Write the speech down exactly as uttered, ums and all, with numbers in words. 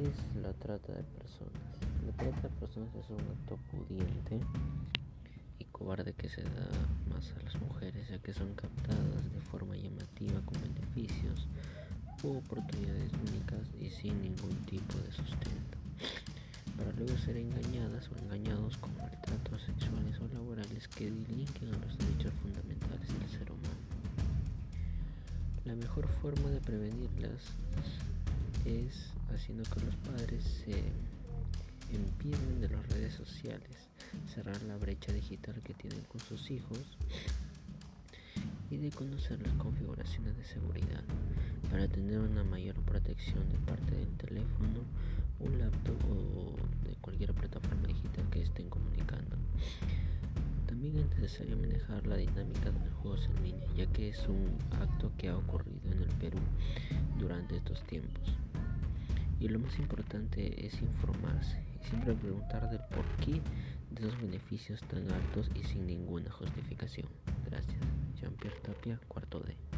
es la trata de personas? La trata de personas es un acto pudiente y cobarde que se da más a las mujeres, ya que son captadas de forma llamativa con beneficios u oportunidades únicas y sin ningún tipo de sustento, para luego ser engañadas o engañados con maltratos sexuales o laborales que delinquen a los derechos fundamentales del ser humano. La mejor forma de prevenirlas es haciendo que los padres se empiernen de las redes sociales, cerrar la brecha digital que tienen con sus hijos y de conocer las configuraciones de seguridad para tener una mayor protección de parte del teléfono, un laptop o de cualquier plataforma digital que estén comunicando. También es necesario manejar la dinámica de los juegos en línea, ya que es un acto que ha ocurrido en el Perú durante estos tiempos. Y lo más importante es informarse y siempre preguntar del porqué de esos beneficios tan altos y sin ninguna justificación. Gracias. Jean-Pierre Tapia, cuarto D.